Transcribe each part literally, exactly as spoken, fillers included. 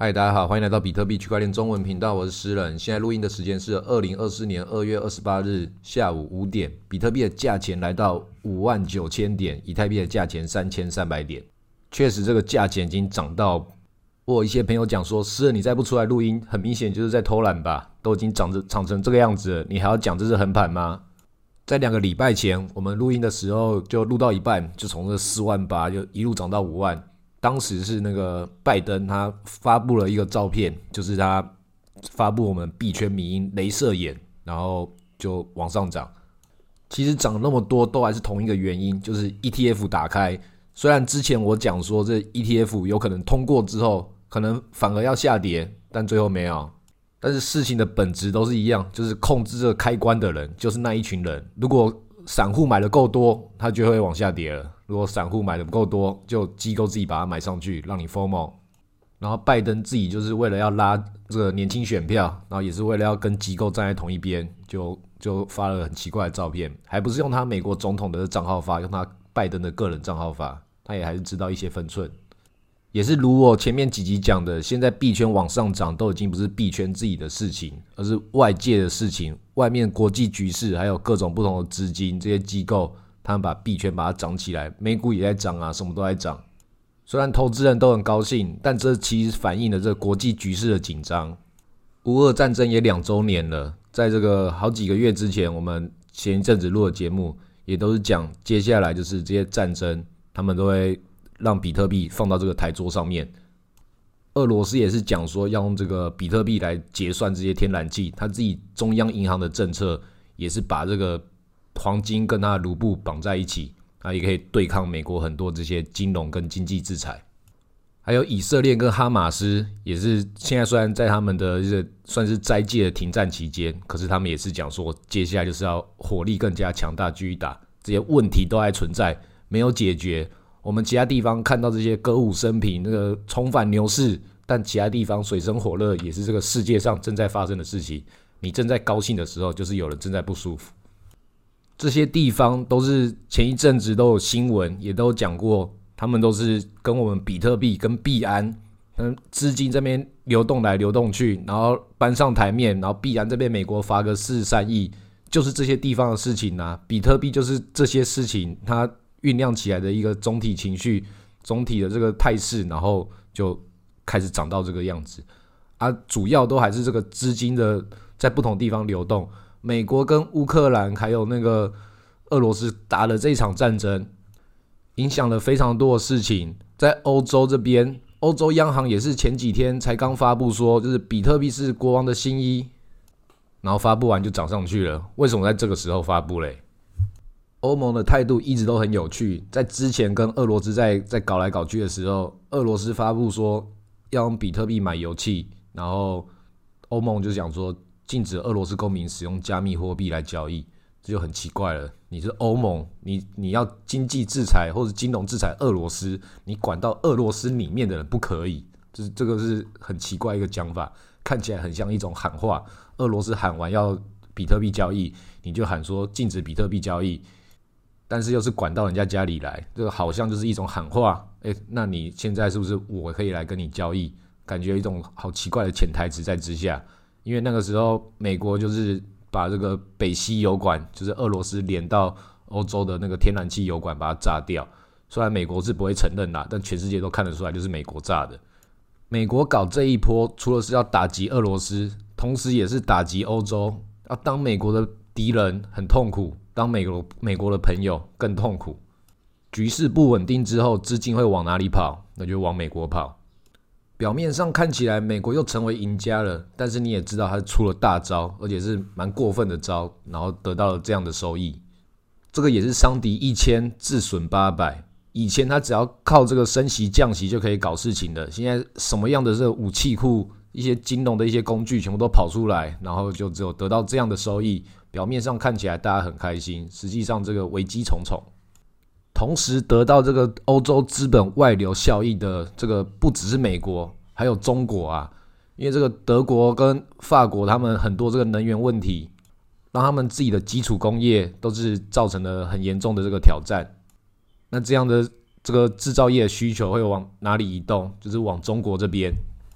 嗨，大家好，欢迎来到比特币区块链中文频道，我是诗人。现在录音的时间是二零二四年二月二十八日下午五点，比特币的价钱来到五万九千点，以太币的价钱三千三百点。确实，这个价钱已经涨到，我有一些朋友讲说，诗人你再不出来录音，很明显就是在偷懒吧？都已经涨着涨成这个样子了，你还要讲这是横盘吗？在两个礼拜前，我们录音的时候就录到一半，就从这四万八就一路涨到五万。当时是那个拜登他发布了一个照片，就是他发布我们币圈迷因雷射眼，然后就往上涨。其实涨那么多都还是同一个原因，就是 E T F 打开。虽然之前我讲说这 E T F 有可能通过之后可能反而要下跌，但最后没有。但是事情的本质都是一样，就是控制这个开关的人就是那一群人。如果散户买的够多，它就会往下跌了。如果散户买的不够多，就机构自己把它买上去，让你 F O M O。然后拜登自己就是为了要拉这个年轻选票，然后也是为了要跟机构站在同一边，就就发了很奇怪的照片，还不是用他美国总统的账号发，用他拜登的个人账号发，他也还是知道一些分寸。也是如我前面几集讲的，现在币圈往上涨都已经不是币圈自己的事情，而是外界的事情，外面国际局势还有各种不同的资金，这些机构他们把币圈把它涨起来，美股也在涨啊，什么都在涨。虽然投资人都很高兴，但这其实反映了这个国际局势的紧张。乌俄战争也两周年了，在这个好几个月之前，我们前一阵子录的节目也都是讲，接下来就是这些战争，他们都会让比特币放到这个台桌上面。俄罗斯也是讲说要用这个比特币来结算这些天然气，他自己中央银行的政策也是把这个黄金跟他的卢布绑在一起，他也可以对抗美国很多这些金融跟经济制裁。还有以色列跟哈马斯也是现在虽然在他们的这个算是斋戒的停战期间，可是他们也是讲说接下来就是要火力更加强大继续打，这些问题都还存在，没有解决。我们其他地方看到这些歌舞升平，那个重返牛市，但其他地方水深火热，也是这个世界上正在发生的事情。你正在高兴的时候，就是有人正在不舒服。这些地方都是前一阵子都有新闻，也都有讲过，他们都是跟我们比特币跟币安，资金这边流动来流动去，然后搬上台面，然后币安这边美国罚个四十三亿，就是这些地方的事情啊。比特币就是这些事情，它酝酿起来的一个总体情绪，总体的这个态势，然后就开始涨到这个样子啊。主要都还是这个资金的在不同地方流动。美国跟乌克兰还有那个俄罗斯打了这一场战争，影响了非常多的事情。在欧洲这边，欧洲央行也是前几天才刚发布说，就是比特币是国王的新衣，然后发布完就涨上去了。为什么在这个时候发布嘞？欧盟的态度一直都很有趣，在之前跟俄罗斯在在搞来搞去的时候，俄罗斯发布说要用比特币买油气，然后欧盟就讲说禁止俄罗斯公民使用加密货币来交易，这就很奇怪了。你是欧盟，你你要经济制裁或者金融制裁俄罗斯，你管到俄罗斯里面的人不可以，就是这个是很奇怪一个讲法，看起来很像一种喊话。俄罗斯喊完要比特币交易，你就喊说禁止比特币交易。但是又是管到人家家里来，这个好像就是一种喊话。欸，那你现在是不是我可以来跟你交易？感觉有一种好奇怪的潜台词在之下。因为那个时候美国就是把这个北溪油管，就是俄罗斯连到欧洲的那个天然气油管把它炸掉。虽然美国是不会承认啦，但全世界都看得出来就是美国炸的。美国搞这一波除了是要打击俄罗斯，同时也是打击欧洲。要当美国的敌人很痛苦，当美国美国的朋友更痛苦。局势不稳定之后，资金会往哪里跑？那就往美国跑。表面上看起来美国又成为赢家了，但是你也知道他出了大招，而且是蛮过分的招，然后得到了这样的收益。这个也是伤敌一千，自损八百。以前他只要靠这个升息降息就可以搞事情的，现在什么样的这个武器库、一些金融的一些工具全部都跑出来，然后就只有得到这样的收益。表面上看起来大家很开心，实际上这个危机重重。同时得到这个欧洲资本外流效益的这个不只是美国，还有中国啊。因为这个德国跟法国他们很多这个能源问题，让他们自己的基础工业都是造成了很严重的这个挑战。那这样的这个制造业的需求会往哪里移动？就是往中国这边。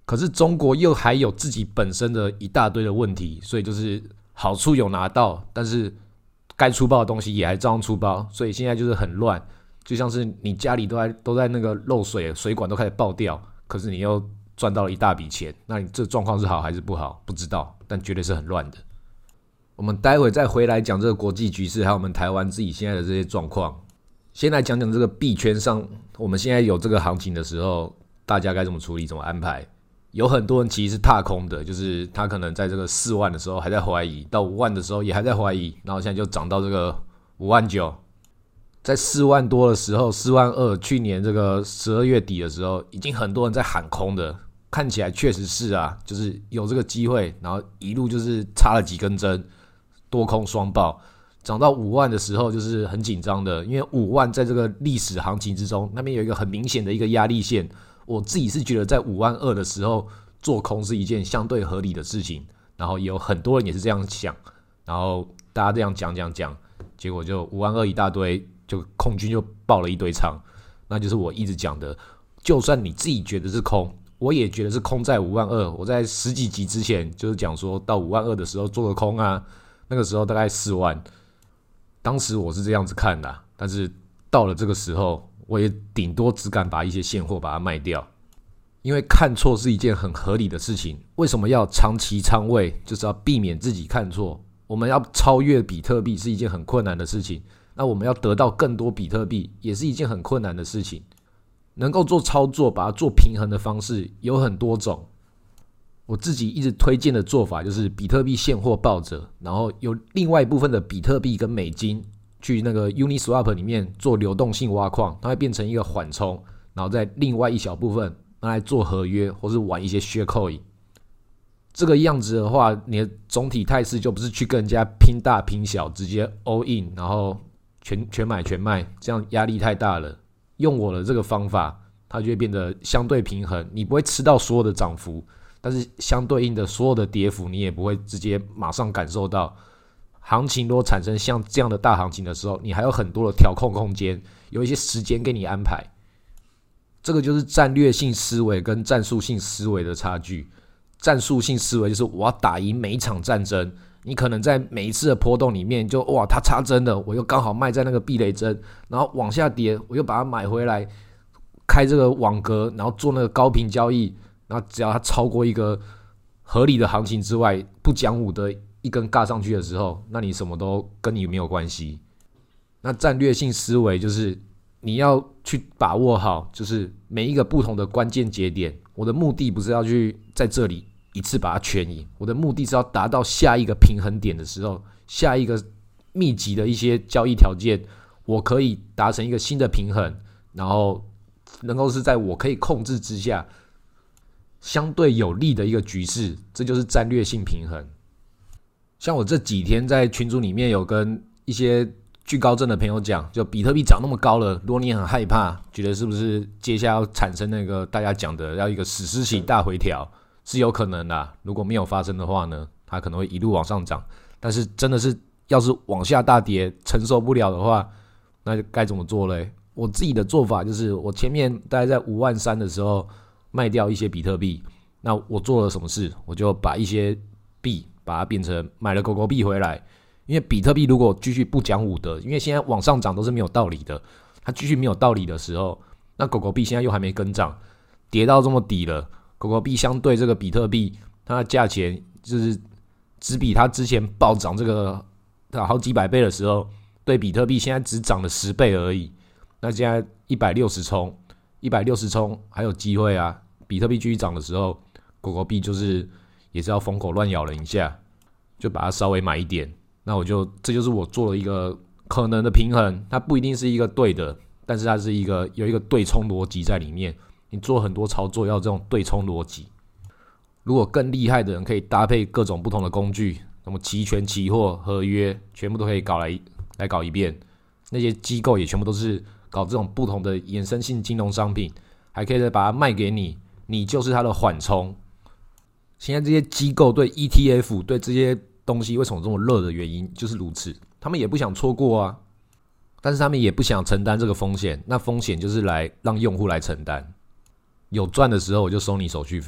可是中国又还有自己本身的一大堆的问题，所以就是好处有拿到，但是该出包的东西也还照样出包，所以现在就是很乱，就像是你家里都在都在那个漏水，水管都开始爆掉，可是你又赚到了一大笔钱，那你这状况是好还是不好？不知道，但绝对是很乱的。我们待会再回来讲这个国际局势，还有我们台湾自己现在的这些状况。先来讲讲这个币圈上，我们现在有这个行情的时候，大家该怎么处理、怎么安排？有很多人其实是踏空的，就是他可能在这个四万的时候还在怀疑，到五万的时候也还在怀疑，然后现在就涨到这个五万九，在四万多的时候，四万二，去年这个十二月底的时候，已经很多人在喊空的，看起来确实是啊，就是有这个机会，然后一路就是插了几根针，多空双爆。涨到五万的时候就是很紧张的，因为五万在这个历史行情之中，那边有一个很明显的一个压力线。我自己是觉得在五万二的时候做空是一件相对合理的事情，然后也有很多人也是这样想，然后大家这样讲讲讲，结果就五万二一大堆，就空军就爆了一堆仓。那就是我一直讲的，就算你自己觉得是空，我也觉得是空在五万二。我在十几集之前就是讲说到五万二的时候做个空啊，那个时候大概四万。当时我是这样子看的、啊，但是到了这个时候，我也顶多只敢把一些现货把它卖掉，因为看错是一件很合理的事情。为什么要长期仓位？就是要避免自己看错。我们要超越比特币是一件很困难的事情，那我们要得到更多比特币也是一件很困难的事情。能够做操作，把它做平衡的方式有很多种。我自己一直推荐的做法就是比特币现货抱着，然后有另外一部分的比特币跟美金去那个 Uniswap 里面做流动性挖矿，它会变成一个缓冲，然后再另外一小部分拿来做合约或是玩一些 Sharecoin。这个样子的话，你的总体态势就不是去跟人家拼大拼小，直接 all in， 然后全全买全卖，这样压力太大了。用我的这个方法，它就会变得相对平衡，你不会吃到所有的涨幅。但是相对应的所有的跌幅你也不会直接马上感受到。行情如果产生像这样的大行情的时候，你还有很多的调控空间，有一些时间给你安排。这个就是战略性思维跟战术性思维的差距。战术性思维就是我要打赢每一场战争，你可能在每一次的波动里面就哇它插针了，我又刚好卖在那个避雷针，然后往下跌我又把它买回来，开这个网格，然后做那个高频交易，然后只要它超过一个合理的行情之外，不讲武的一根尬上去的时候，那你什么都跟你没有关系。那战略性思维就是你要去把握好，就是每一个不同的关键节点。我的目的不是要去在这里一次把它全赢，我的目的是要达到下一个平衡点的时候，下一个密集的一些交易条件，我可以达成一个新的平衡，然后能够是在我可以控制之下相对有利的一个局势，这就是战略性平衡。像我这几天在群组里面有跟一些惧高症的朋友讲，就比特币涨那么高了，如果你很害怕，觉得是不是接下来要产生那个大家讲的要一个史诗型大回调，是有可能的。如果没有发生的话呢，它可能会一路往上涨，但是真的是要是往下大跌承受不了的话，那该怎么做嘞？我自己的做法就是我前面大概在五万三的时候卖掉一些比特币，那我做了什么事？我就把一些币把它变成买了狗狗币回来。因为比特币如果继续不讲武德，因为现在往上涨都是没有道理的，它继续没有道理的时候，那狗狗币现在又还没跟涨，跌到这么底了，狗狗币相对这个比特币，它的价钱就是只比它之前暴涨这个好几百倍的时候，对比特币现在只涨了十倍而已。那现在一百六十冲，一百六十冲还有机会啊！比特币继续涨的时候，狗狗币就是也是要疯狗乱咬人一下，就把它稍微买一点。那我就这就是我做了一个可能的平衡，它不一定是一个对的，但是它是一个有一个对冲逻辑在里面。你做很多操作要这种对冲逻辑。如果更厉害的人可以搭配各种不同的工具，什么期权、期货、合约，全部都可以搞来来搞一遍。那些机构也全部都是搞这种不同的衍生性金融商品，还可以再把它卖给你，你就是它的缓冲。现在这些机构对 E T F 对这些东西为什么这么热的原因就是如此，他们也不想错过啊，但是他们也不想承担这个风险，那风险就是来让用户来承担。有赚的时候我就收你手续费，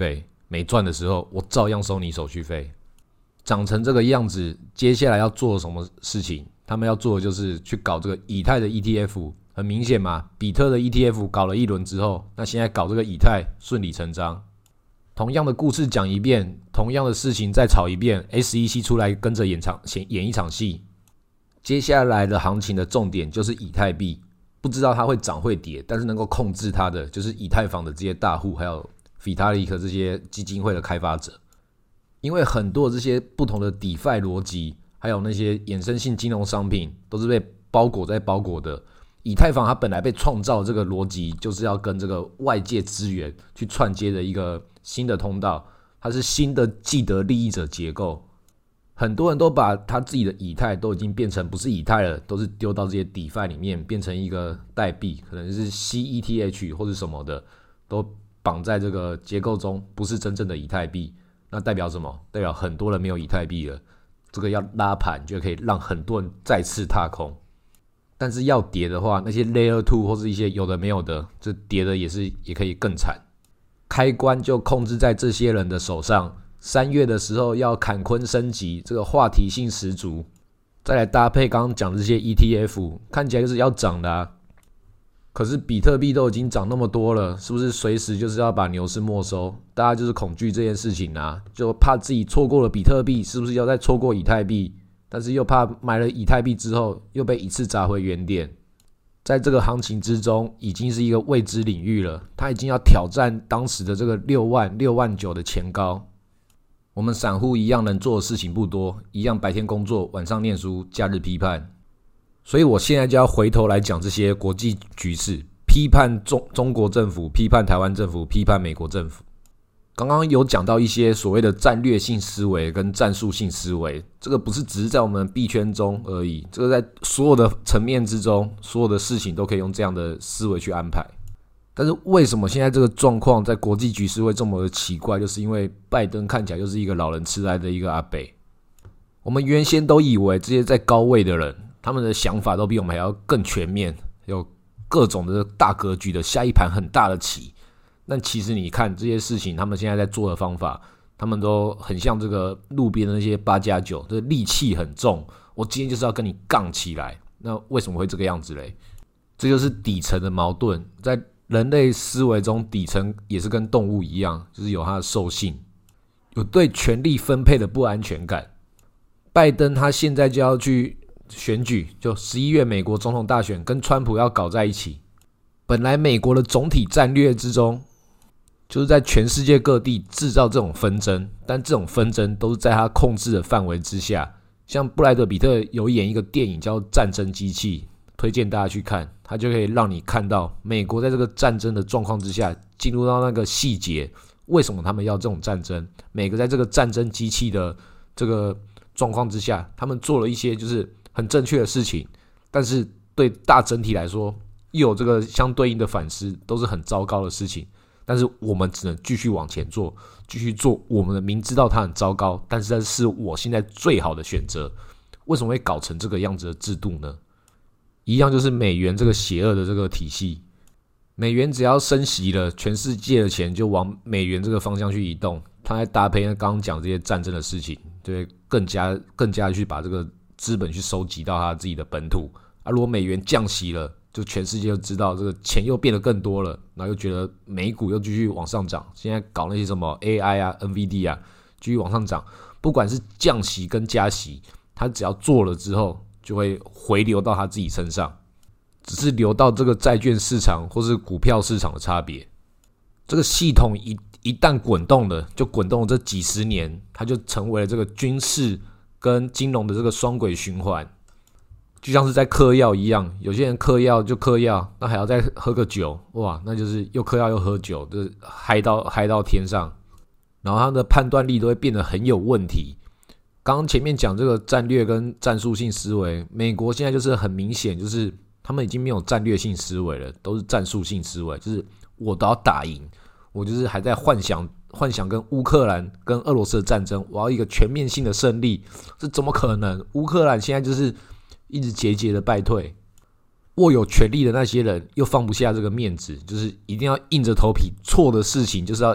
没赚的时候，我照样收你手续费。长成这个样子，接下来要做什么事情？他们要做的就是去搞这个以太的 E T F。很明显嘛，比特的 E T F 搞了一轮之后，那现在搞这个以太顺理成章。同样的故事讲一遍，同样的事情再炒一遍 ，S E C 出来跟着演场演一场戏。接下来的行情的重点就是以太币，不知道它会涨会跌，但是能够控制它的就是以太坊的这些大户，还有 Vitalik 这些基金会的开发者。因为很多的这些不同的 DeFi 逻辑，还有那些衍生性金融商品，都是被包裹在包裹的。以太坊它本来被创造这个逻辑，就是要跟这个外界资源去串接的一个新的通道，它是新的既得利益者结构。很多人都把他自己的以太都已经变成不是以太了，都是丢到这些 DeFi 里面，变成一个代币，可能是 C E T H 或是什么的，都绑在这个结构中，不是真正的以太币。那代表什么？代表很多人没有以太币了，这个要拉盘就可以让很多人再次踏空。但是要跌的话，那些 Layer 二或是一些有的没有的，这跌的也是也可以更惨。开关就控制在这些人的手上。三月的时候要坎昆升级，这个话题性十足。再来搭配刚刚讲的这些 E T F， 看起来就是要涨的啊。可是比特币都已经涨那么多了，是不是随时就是要把牛市没收？大家就是恐惧这件事情啊，就怕自己错过了比特币，是不是要再错过以太币？但是又怕买了以太币之后又被一次砸回原点。在这个行情之中，已经是一个未知领域了，它已经要挑战当时的这个六万、六万九的前高。我们散户一样能做的事情不多，一样白天工作，晚上念书，假日批判。所以我现在就要回头来讲这些国际局势，批判 中, 中国政府，批判台湾政府，批判美国政府。刚刚有讲到一些所谓的战略性思维跟战术性思维，这个不是只是在我们币圈中而已，这个在所有的层面之中，所有的事情都可以用这样的思维去安排。但是为什么现在这个状况在国际局势会这么的奇怪？就是因为拜登看起来就是一个老人痴呆的一个阿伯。我们原先都以为这些在高位的人，他们的想法都比我们还要更全面，有各种的大格局的下一盘很大的棋。但其实你看这些事情，他们现在在做的方法，他们都很像这个路边的那些八加九，这戾气很重。我今天就是要跟你杠起来，那为什么会这个样子嘞？这就是底层的矛盾，在人类思维中，底层也是跟动物一样，就是有它的兽性，有对权力分配的不安全感。拜登他现在就要去选举，就十一月美国总统大选跟川普要搞在一起。本来美国的总体战略之中，就是在全世界各地制造这种纷争，但这种纷争都是在他控制的范围之下。像布莱德比特有演一个电影叫《战争机器》，推荐大家去看，它就可以让你看到美国在这个战争的状况之下，进入到那个细节，为什么他们要这种战争？每个在这个战争机器的这个状况之下，他们做了一些就是很正确的事情，但是对大整体来说，又有这个相对应的反思，都是很糟糕的事情。但是我们只能继续往前做，继续做我们的明知道它很糟糕，但是这是我现在最好的选择。为什么会搞成这个样子的制度呢？一样就是美元这个邪恶的这个体系，美元只要升息了，全世界的钱就往美元这个方向去移动。它还搭配刚刚讲这些战争的事情，就会更加更加去把这个资本去收集到它自己的本土。啊，如果美元降息了，就全世界就知道这个钱又变得更多了，然后又觉得美股又继续往上涨。现在搞那些什么 A I 啊、N V D 啊，继续往上涨。不管是降息跟加息，它只要做了之后，就会回流到他自己身上，只是流到这个债券市场或是股票市场的差别。这个系统一一旦滚动了，就滚动了这几十年，它就成为了这个军事跟金融的这个双轨循环。就像是在嗑药一样，有些人嗑药就嗑药，那还要再喝个酒，哇，那就是又嗑药又喝酒，就是嗨到嗨到天上，然后他的判断力都会变得很有问题。刚刚前面讲这个战略跟战术性思维，美国现在就是很明显，就是他们已经没有战略性思维了，都是战术性思维，就是我都要打赢，我就是还在幻想幻想跟乌克兰跟俄罗斯的战争，我要一个全面性的胜利，这怎么可能？乌克兰现在就是一直节节的败退，握有权力的那些人又放不下这个面子，就是一定要硬着头皮，错的事情就是要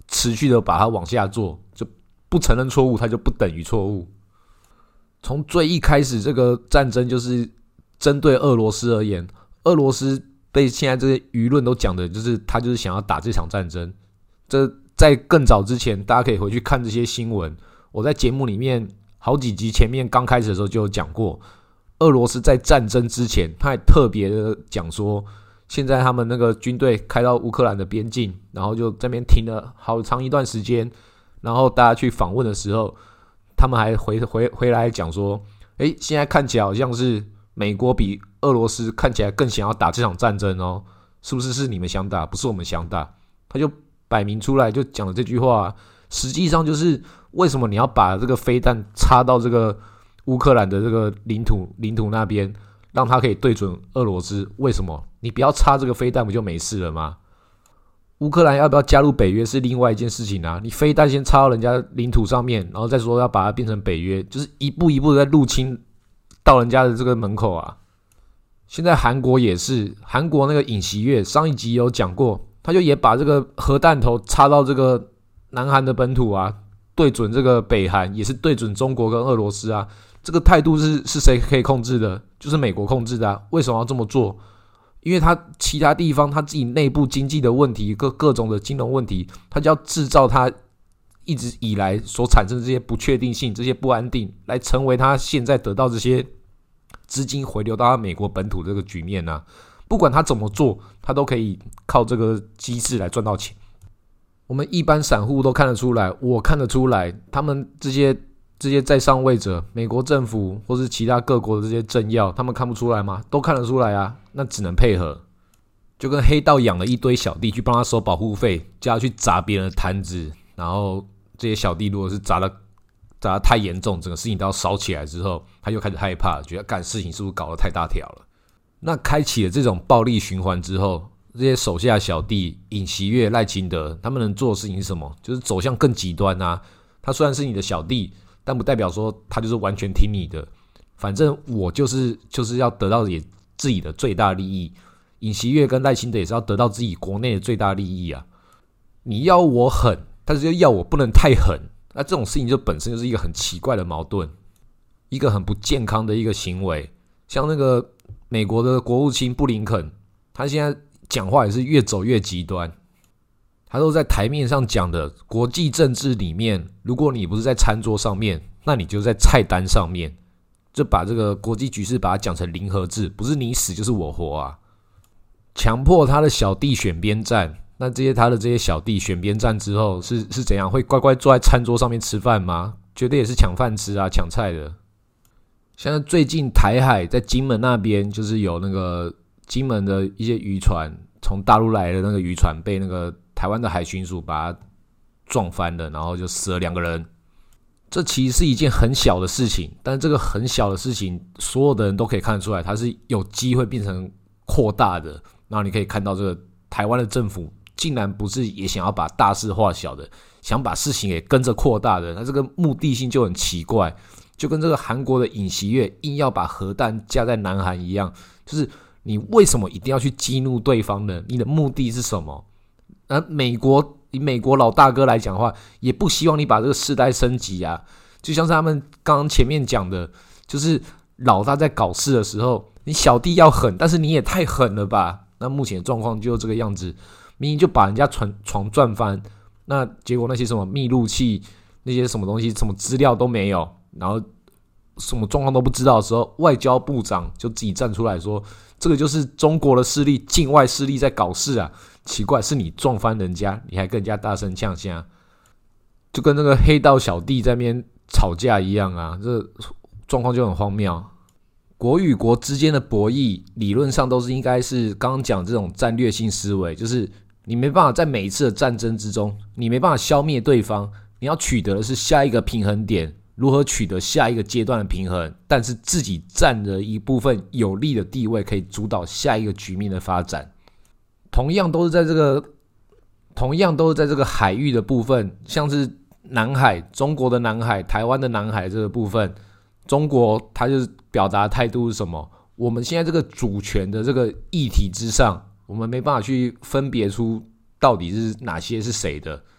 持续的把它往下做，就不承认错误，它就不等于错误。从最一开始，这个战争就是针对俄罗斯而言，俄罗斯被现在这些舆论都讲的，就是他就是想要打这场战争。这在更早之前，大家可以回去看这些新闻。我在节目里面好几集前面刚开始的时候就有讲过，俄罗斯在战争之前，他还特别的讲说，现在他们那个军队开到乌克兰的边境，然后就在那边停了好长一段时间，然后大家去访问的时候，他们还回回回来讲说，诶，现在看起来好像是美国比俄罗斯看起来更想要打这场战争哦，是不是是你们想打，不是我们想打？他就摆明出来就讲了这句话，实际上就是为什么你要把这个飞弹插到这个乌克兰的这个领土领土那边，让它可以对准俄罗斯？为什么你不要插这个飞弹不就没事了吗？乌克兰要不要加入北约是另外一件事情啊，你飞弹先插到人家领土上面，然后再说要把它变成北约，就是一步一步的在入侵到人家的这个门口啊。现在韩国也是，韩国那个尹锡悦上一集有讲过，他就也把这个核弹头插到这个南韩的本土啊，对准这个北韩，也是对准中国跟俄罗斯啊。这个态度是是谁可以控制的？就是美国控制的啊。为什么要这么做？因为他其他地方他自己内部经济的问题，各各种的金融问题，他就要制造他一直以来所产生的这些不确定性、这些不安定，来成为他现在得到这些资金回流到他美国本土这个局面啊。不管他怎么做，他都可以靠这个机制来赚到钱。我们一般散户都看得出来，我看得出来，他们这些这些在上位者，美国政府或是其他各国的这些政要，他们看不出来吗？都看得出来啊，那只能配合。就跟黑道养了一堆小弟去帮他收保护费，叫他去砸别人的摊子，然后这些小弟如果是砸的砸得太严重，整个事情都要烧起来之后，他就开始害怕，觉得干事情是不是搞得太大条了？那开启了这种暴力循环之后，这些手下小弟尹锡悦、赖清德，他们能做的事情是什么？就是走向更极端啊。他虽然是你的小弟，但不代表说他就是完全听你的。反正我就是就是要得到也自己的最大利益。尹锡悦跟赖清德也是要得到自己国内的最大利益啊。你要我狠，但是又要我不能太狠，那这种事情就本身就是一个很奇怪的矛盾，一个很不健康的一个行为。像那个美国的国务卿布林肯，他现在讲话也是越走越极端。他都在台面上讲的国际政治里面，如果你不是在餐桌上面，那你就在菜单上面，就把这个国际局势把它讲成零和制，不是你死就是我活啊。强迫他的小弟选边站，那这些他的这些小弟选边站之后是是怎样？会乖乖坐在餐桌上面吃饭吗？绝对也是抢饭吃啊，抢菜的。像最近台海在金门那边，就是有那个金门的一些渔船，从大陆来的那个渔船被那个台湾的海巡署把它撞翻了，然后就死了两个人。这其实是一件很小的事情，但是这个很小的事情，所有的人都可以看得出来，它是有机会变成扩大的。然后你可以看到，这个台湾的政府竟然不是也想要把大事化小的，想把事情给跟着扩大的，那这个目的性就很奇怪，就跟这个韩国的尹锡悦硬要把核弹架在南韩一样，就是你为什么一定要去激怒对方呢？你的目的是什么？而美国以美国老大哥来讲的话，也不希望你把这个世代升级啊。就像是他们刚刚前面讲的，就是老大在搞事的时候，你小弟要狠，但是你也太狠了吧？那目前的状况就这个样子，明明就把人家船床转翻，那结果那些什么密录器、那些什么东西、什么资料都没有，然后什么状况都不知道的时候，外交部长就自己站出来说，这个就是中国的势力、境外势力在搞事啊！奇怪，是你撞翻人家，你还跟人家大声呛声，就跟那个黑道小弟在那边吵架一样啊！这状况就很荒谬。国与国之间的博弈，理论上都是应该是刚刚讲这种战略性思维，就是你没办法在每一次的战争之中，你没办法消灭对方，你要取得的是下一个平衡点，如何取得下一个阶段的平衡，但是自己占了一部分有利的地位，可以主导下一个局面的发展。同样都是在这个，同样都是在这个海域的部分，像是南海，中国的南海、台湾的南海这个部分，中国它就是表达的态度是什么？我们现在这个主权的这个议题之上，我们没办法去分别出到底是哪些是谁的，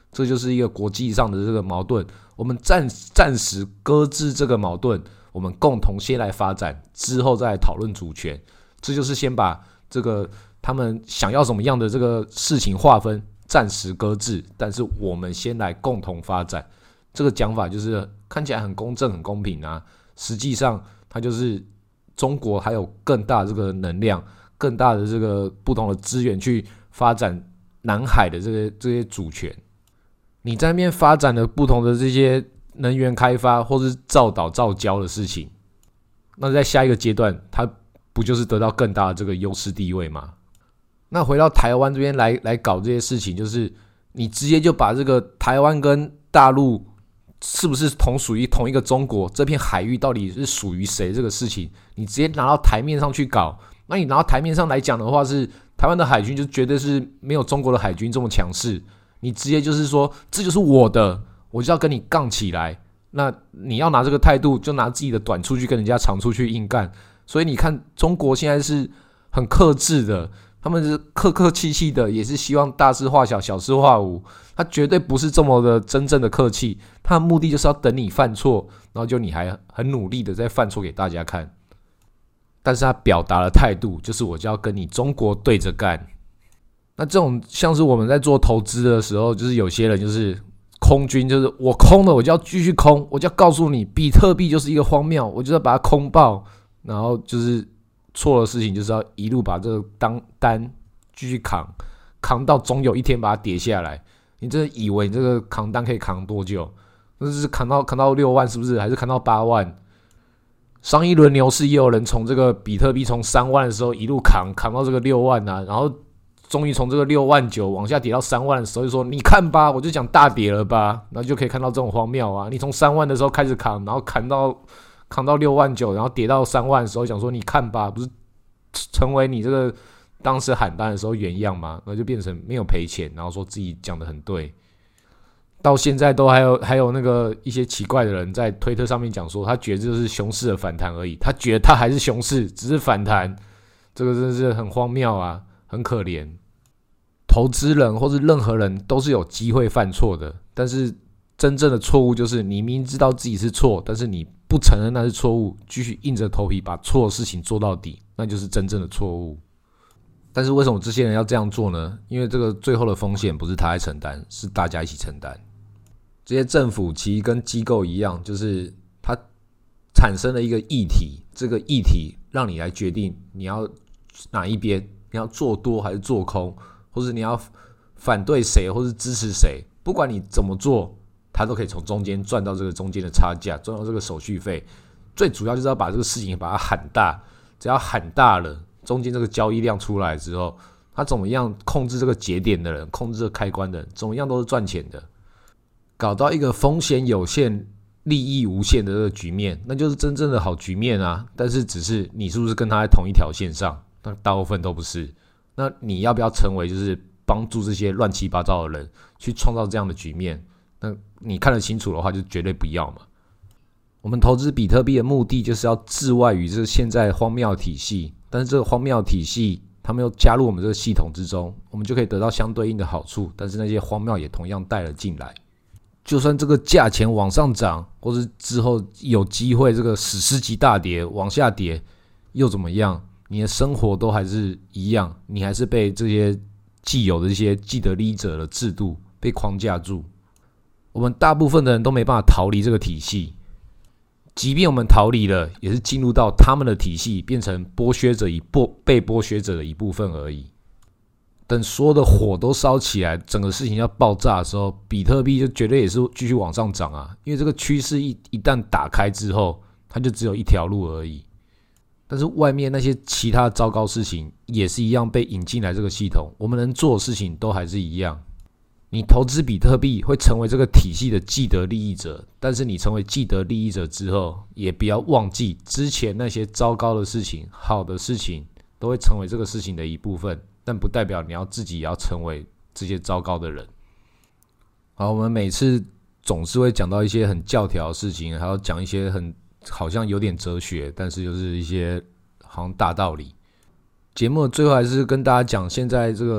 这就是一个国际上的这个矛盾。我们暂暂时搁置这个矛盾，我们共同先来发展，之后再来讨论主权。这就是先把这个他们想要什么样的这个事情划分暂时搁置，但是我们先来共同发展。这个讲法就是看起来很公正很公平啊，实际上它就是中国还有更大的这个能量，更大的这个不同的资源去发展南海的这个这些主权。你在那边发展了不同的这些能源开发或是造岛造礁的事情，那在下一个阶段它不就是得到更大的这个优势地位吗？那回到台湾这边来来搞这些事情，就是你直接就把这个台湾跟大陆是不是同属于同一个中国，这片海域到底是属于谁这个事情，你直接拿到台面上去搞。那你拿到台面上来讲的话，是台湾的海军就绝对是没有中国的海军这么强势。你直接就是说这就是我的，我就要跟你杠起来。那你要拿这个态度，就拿自己的短处去跟人家长处去硬干。所以你看中国现在是很克制的，他们是客客气气的，也是希望大事化小小事化无，他绝对不是这么的真正的客气，他的目的就是要等你犯错，然后就你还很努力的在犯错给大家看。但是他表达的态度就是我就要跟你中国对着干。那这种像是我们在做投资的时候，就是有些人就是空军，就是我空了我就要继续空，我就要告诉你比特币就是一个荒谬，我就要把它空爆，然后就是错的事情就是要一路把这个当单继续扛，扛到总有一天把它跌下来。你真的以为你这个扛单可以扛多久？那是扛到扛到六万是不是？还是扛到八万？上一轮牛市也有人从这个比特币从三万的时候一路扛扛到这个六万啊，然后终于从这个六万九往下跌到三万的时候，就说你看吧，我就讲大跌了吧，然后就可以看到这种荒谬啊！你从三万的时候开始扛，然后砍到扛到六万九，然后跌到三万的时候，讲说你看吧，不是成为你这个当时喊单的时候原样吗？然后就变成没有赔钱，然后说自己讲的很对。到现在都还有还有那个一些奇怪的人在推特上面讲说，他觉得这就是熊市的反弹而已，他觉得他还是熊市，只是反弹，这个真的是很荒谬啊，很可怜。投资人或是任何人都是有机会犯错的，但是真正的错误就是你明知道自己是错，但是你不承认那是错误，继续硬着头皮把错的事情做到底，那就是真正的错误。但是为什么这些人要这样做呢？因为这个最后的风险不是他来承担，是大家一起承担。这些政府其实跟机构一样，就是它产生了一个议题，这个议题让你来决定你要哪一边，你要做多还是做空，或是你要反对谁或是支持谁，不管你怎么做，他都可以从中间赚到这个中间的差价，赚到这个手续费。最主要就是要把这个事情把它喊大，只要喊大了，中间这个交易量出来之后，他怎么样控制这个节点的人，控制这个开关的人，怎么样都是赚钱的。搞到一个风险有限、利益无限的这个局面，那就是真正的好局面啊！但是只是你是不是跟他在同一条线上？那大部分都不是。那你要不要成为就是帮助这些乱七八糟的人去创造这样的局面？那你看得清楚的话，就绝对不要嘛。我们投资比特币的目的就是要置外于这现在荒谬体系，但是这个荒谬体系他们又加入我们这个系统之中，我们就可以得到相对应的好处，但是那些荒谬也同样带了进来。就算这个价钱往上涨，或是之后有机会这个史诗级大跌往下跌，又怎么样？你的生活都还是一样，你还是被这些既有的这些既得利益者的制度被框架住。我们大部分的人都没办法逃离这个体系，即便我们逃离了，也是进入到他们的体系，变成剥削者与被剥削者的一部分而已。等所有的火都烧起来，整个事情要爆炸的时候，比特币就绝对也是继续往上涨啊！因为这个趋势 一, 一旦打开之后，它就只有一条路而已。但是外面那些其他糟糕事情也是一样被引进来这个系统，我们能做的事情都还是一样。你投资比特币会成为这个体系的既得利益者，但是你成为既得利益者之后，也不要忘记之前那些糟糕的事情、好的事情都会成为这个事情的一部分，但不代表你要自己也要成为这些糟糕的人。好，我们每次总是会讲到一些很教条的事情，还要讲一些很好像有点哲学，但是又是一些好像大道理。节目的最后还是跟大家讲，现在这个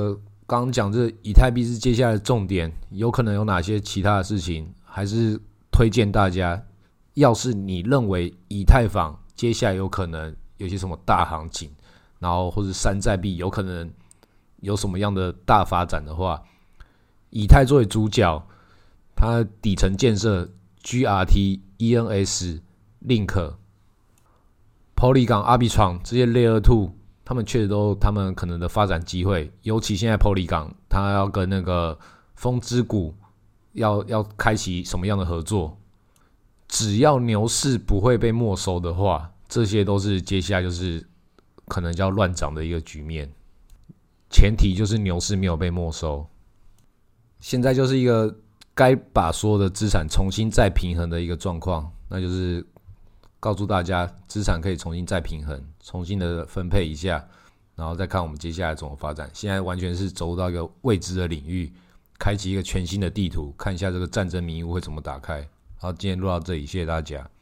刚刚讲这以太币是接下来的重点，有可能有哪些其他的事情，还是推荐大家，要是你认为以太坊接下来有可能有些什么大行情，然后或者山寨币有可能有什么样的大发展的话，以太作为主角，它底层建设 G R T、E N S、Link、Polygon、Arbitrum 这些 Layer 二，他们确实都有他们可能的发展机会，尤其现在 Polygon 它要跟那个风之谷要要开启什么样的合作，只要牛市不会被没收的话，这些都是接下来就是可能叫乱涨的一个局面，前提就是牛市没有被没收。现在就是一个该把所有的资产重新再平衡的一个状况，那就是告诉大家资产可以重新再平衡，重新的分配一下，然后再看我们接下来怎么发展。现在完全是走入到一个未知的领域，开启一个全新的地图，看一下这个战争迷雾会怎么打开。好，今天录到这里，谢谢大家。